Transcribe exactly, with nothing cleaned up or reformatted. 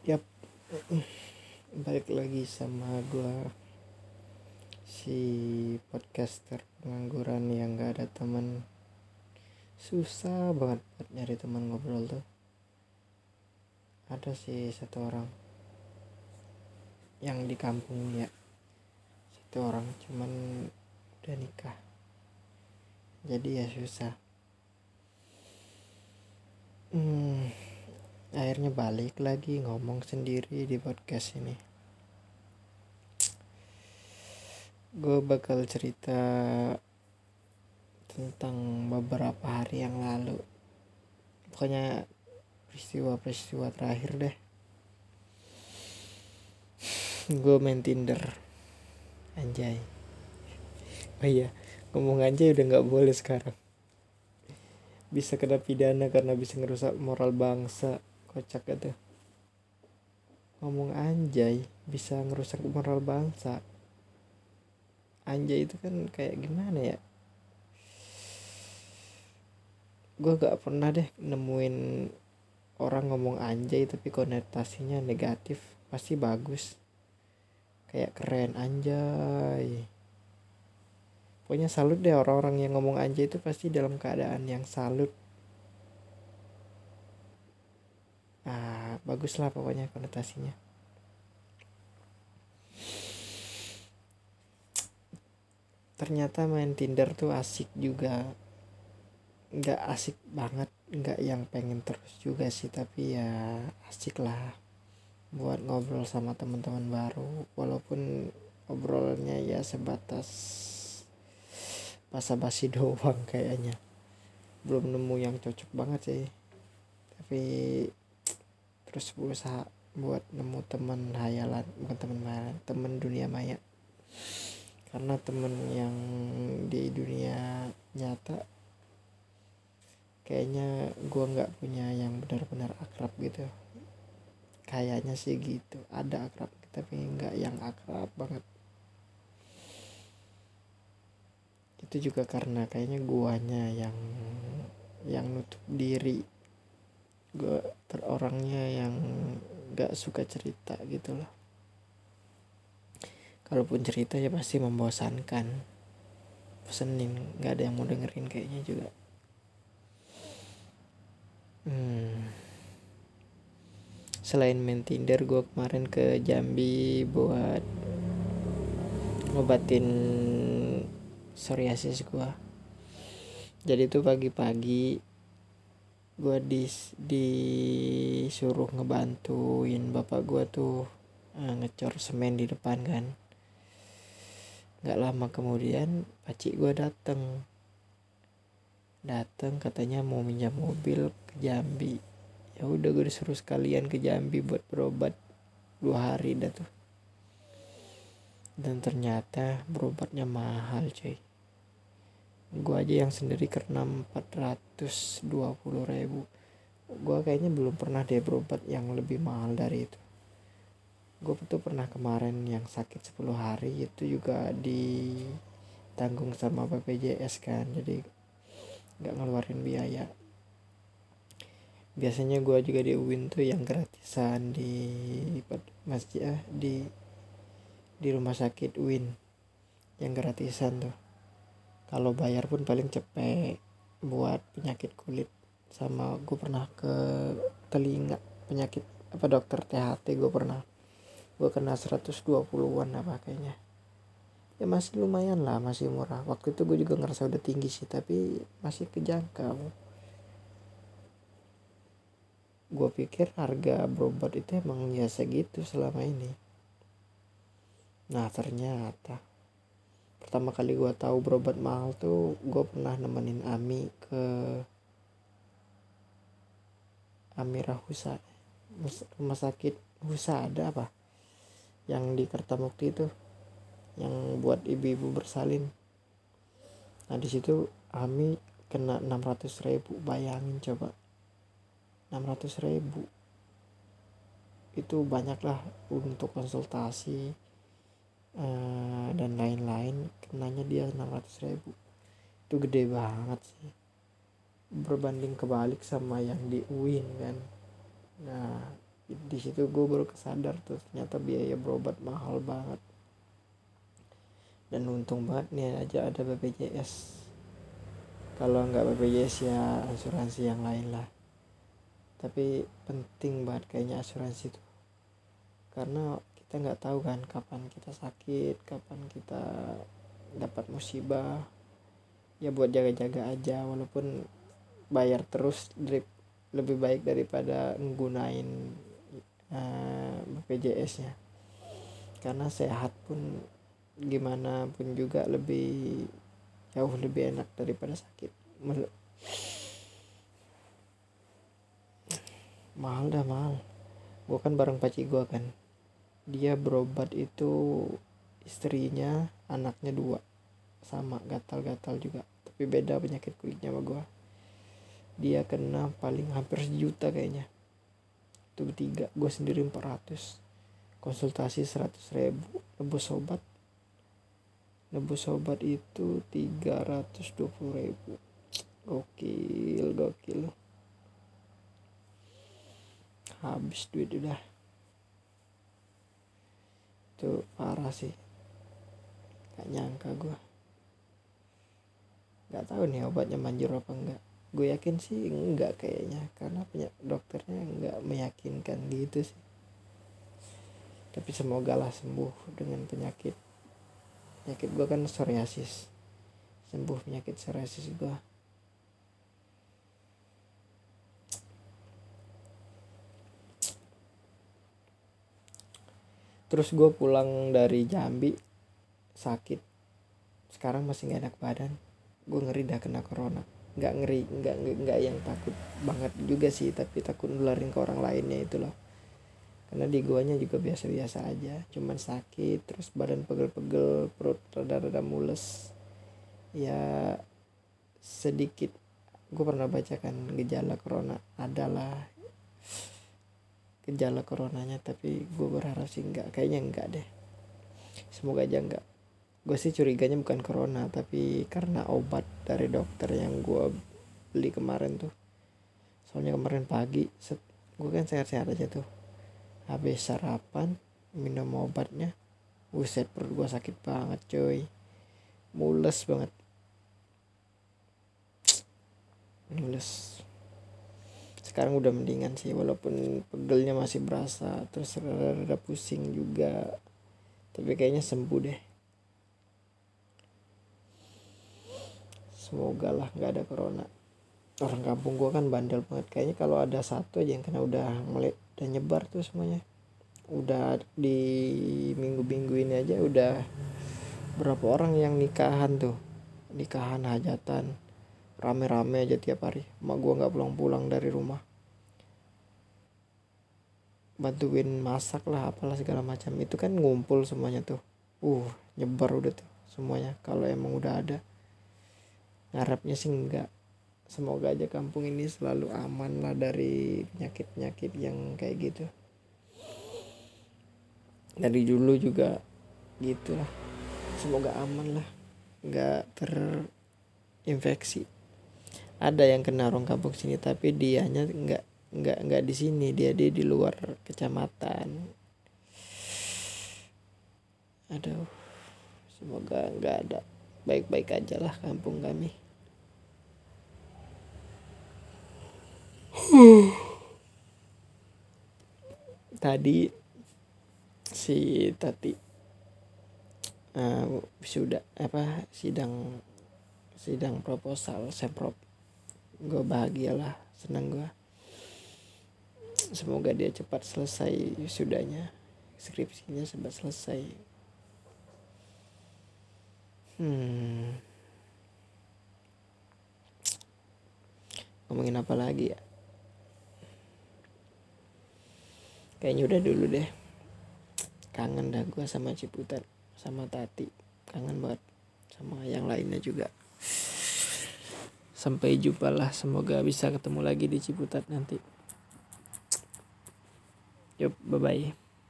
Yap, balik lagi sama gua, si podcaster pengangguran yang gak ada teman. Susah banget buat nyari teman ngobrol tuh. Ada sih satu orang yang di kampung ya, satu orang cuman udah nikah, jadi ya susah. Hmm, akhirnya balik lagi ngomong sendiri di podcast ini. Gue bakal cerita tentang beberapa hari yang lalu. Pokoknya peristiwa-peristiwa terakhir deh. Gue main Tinder, anjay. Oh iya, ngomong anjay udah nggak boleh sekarang. Bisa kena pidana karena bisa ngerusak moral bangsa. Kocak gitu. Ngomong anjay bisa ngerusak moral bangsa. Anjay itu kan kayak gimana ya? Gue gak pernah deh nemuin orang ngomong anjay tapi konotasinya negatif. Pasti bagus, kayak keren, anjay. Pokoknya salut deh orang-orang yang ngomong anjay itu pasti dalam keadaan yang salut. Ah, bagus lah pokoknya konotasinya. Ternyata main Tinder tuh asik juga. Nggak asik banget, nggak yang pengen terus juga sih, tapi ya asik lah buat ngobrol sama teman-teman baru. Walaupun obrolannya ya sebatas basa-basi doang kayaknya. Belum nemu yang cocok banget sih. Tapi terus berusaha buat nemu teman hayalan, bukan teman hayalan, teman dunia maya. Karena temen yang di dunia nyata kayaknya gue nggak punya yang benar-benar akrab gitu. Kayaknya sih gitu, ada akrab tapi nggak yang akrab banget. Itu juga karena kayaknya guanya yang yang nutup diri. Gue terorangnya yang nggak suka cerita gitu loh. Kalaupun cerita ya pasti membosankan, pesenin, nggak ada yang mau dengerin kayaknya juga. Hmm. Selain main Tinder, gue kemarin ke Jambi buat ngobatin psoriasis gue. Jadi tuh pagi-pagi gue dis, disuruh ngebantuin bapak gue tuh eh, ngecor semen di depan kan. Gak lama kemudian pacik gue dateng. Dateng katanya mau minjam mobil ke Jambi. Ya udah gue disuruh sekalian ke Jambi buat berobat dua hari dah tuh. Dan ternyata berobatnya mahal coy. Gue aja yang sendiri kena empat ratus dua puluh ribu. Gue kayaknya belum pernah deh berobat yang lebih mahal dari itu. Gue tuh pernah kemarin yang sakit sepuluh hari itu juga ditanggung sama B P J S kan. Jadi gak ngeluarin biaya. Biasanya gue juga di U I N tuh yang gratisan di masjid, di di rumah sakit U I N yang gratisan tuh. Kalau bayar pun paling cepet buat penyakit kulit. Sama gue pernah ke telinga, penyakit apa dokter T H T gue pernah. Gue kena seratus dua puluhan apa kayaknya. Ya masih lumayan lah, masih murah. Waktu itu gue juga ngerasa udah tinggi sih, tapi masih kejangkau. Gue pikir harga berobat itu emang ya segitu selama ini. Nah ternyata pertama kali gue tahu berobat mahal tuh gue pernah nemenin Ami ke Amira Husa, rumah sakit Husa ada apa yang di Kertamukti itu yang buat ibu-ibu bersalin. Nah di situ Ami kena enam ratus ribu, bayangin coba, enam ratus ribu itu banyak lah untuk konsultasi uh, dan lain-lain. Kenanya dia enam ratus ribu, itu gede banget sih berbanding kebalik sama yang di U I N kan. Nah di situ gue baru kesadar tuh ternyata biaya berobat mahal banget. Dan untung banget nih aja ada B P J S. Kalau nggak B P J S ya asuransi yang lain lah. Tapi penting banget kayaknya asuransi tuh, karena kita nggak tahu kan kapan kita sakit, kapan kita dapat musibah. Ya buat jaga-jaga aja, walaupun bayar terus lebih baik daripada nggunain uh, B P J S-nya. Karena sehat pun gimana pun juga lebih jauh lebih enak daripada sakit. Mahal dah mahal. Gue kan bareng paci gue kan, dia berobat itu istrinya anaknya dua sama gatal-gatal juga, tapi beda penyakit kulitnya sama gue. Dia kena paling hampir sejuta kayaknya, itu bertiga. Gue sendiri empat ratus, konsultasi seratus ribu, nebus obat nebus obat itu tiga ratus dua puluh ribu. Gokil gokil habis duit udah. Itu parah sih, gak nyangka gue. Gak tahu nih obatnya manjur apa enggak. Gue yakin sih enggak kayaknya, karena punya dokternya enggak meyakinkan gitu sih. Tapi semoga lah sembuh dengan penyakit penyakit gue kan psoriasis, sembuh penyakit psoriasis gue. Terus gue pulang dari Jambi sakit, sekarang masih gak enak badan. Gue ngeri dah kena corona. Nggak ngeri, nggak nggak yang takut banget juga sih, tapi takut nularin ke orang lainnya itu loh. Karena di guanya juga biasa-biasa aja, cuman sakit, terus badan pegel-pegel, perut rada-rada mules. Ya sedikit, gue pernah baca kan gejala corona adalah gejala coronanya, tapi gue berharap sih enggak, kayaknya enggak deh. Semoga aja enggak. Gue sih curiganya bukan corona, tapi karena obat dari dokter yang gue beli kemarin tuh. Soalnya kemarin pagi set, gue kan sehat-sehat aja tuh, habis sarapan minum obatnya, buset perut gue sakit banget coy, mules banget, mules. Sekarang udah mendingan sih, walaupun pegelnya masih berasa, terus rada-rada pusing juga, tapi kayaknya sembuh deh. Semoga lah nggak ada corona. Orang kampung gue kan bandel banget, kayaknya kalau ada satu aja yang kena udah mulai udah nyebar tuh semuanya. Udah di minggu-minggu ini aja udah berapa orang yang nikahan tuh, nikahan hajatan rame-rame aja tiap hari. Emak gue nggak pulang-pulang dari rumah, bantuin masak lah apalah segala macam. Itu kan ngumpul semuanya tuh, uh nyebar udah tuh semuanya. Kalau emang udah ada, ngarepnya sih enggak. Semoga aja kampung ini selalu aman lah dari penyakit-penyakit yang kayak gitu. Dari dulu juga gitu lah, semoga aman lah, nggak terinfeksi. Ada yang kena orang kampung sini, tapi dianya nggak nggak nggak di sini, dia dia di luar kecamatan. Aduh, semoga nggak ada, baik-baik aja lah kampung kami. Tadi si Tati uh, sudah apa sidang sidang proposal semprot. Gue bahagia lah, senang gue. Semoga dia cepat selesai sudahnya, skripsinya cepat selesai. Hmm. Ngomongin apa lagi ya? Kayaknya udah dulu deh. Kangen dah gue sama Ciputat, sama Tati. Kangen banget sama yang lainnya juga. Sampai jumpa lah, semoga bisa ketemu lagi di Ciputat nanti. Yup, bye bye.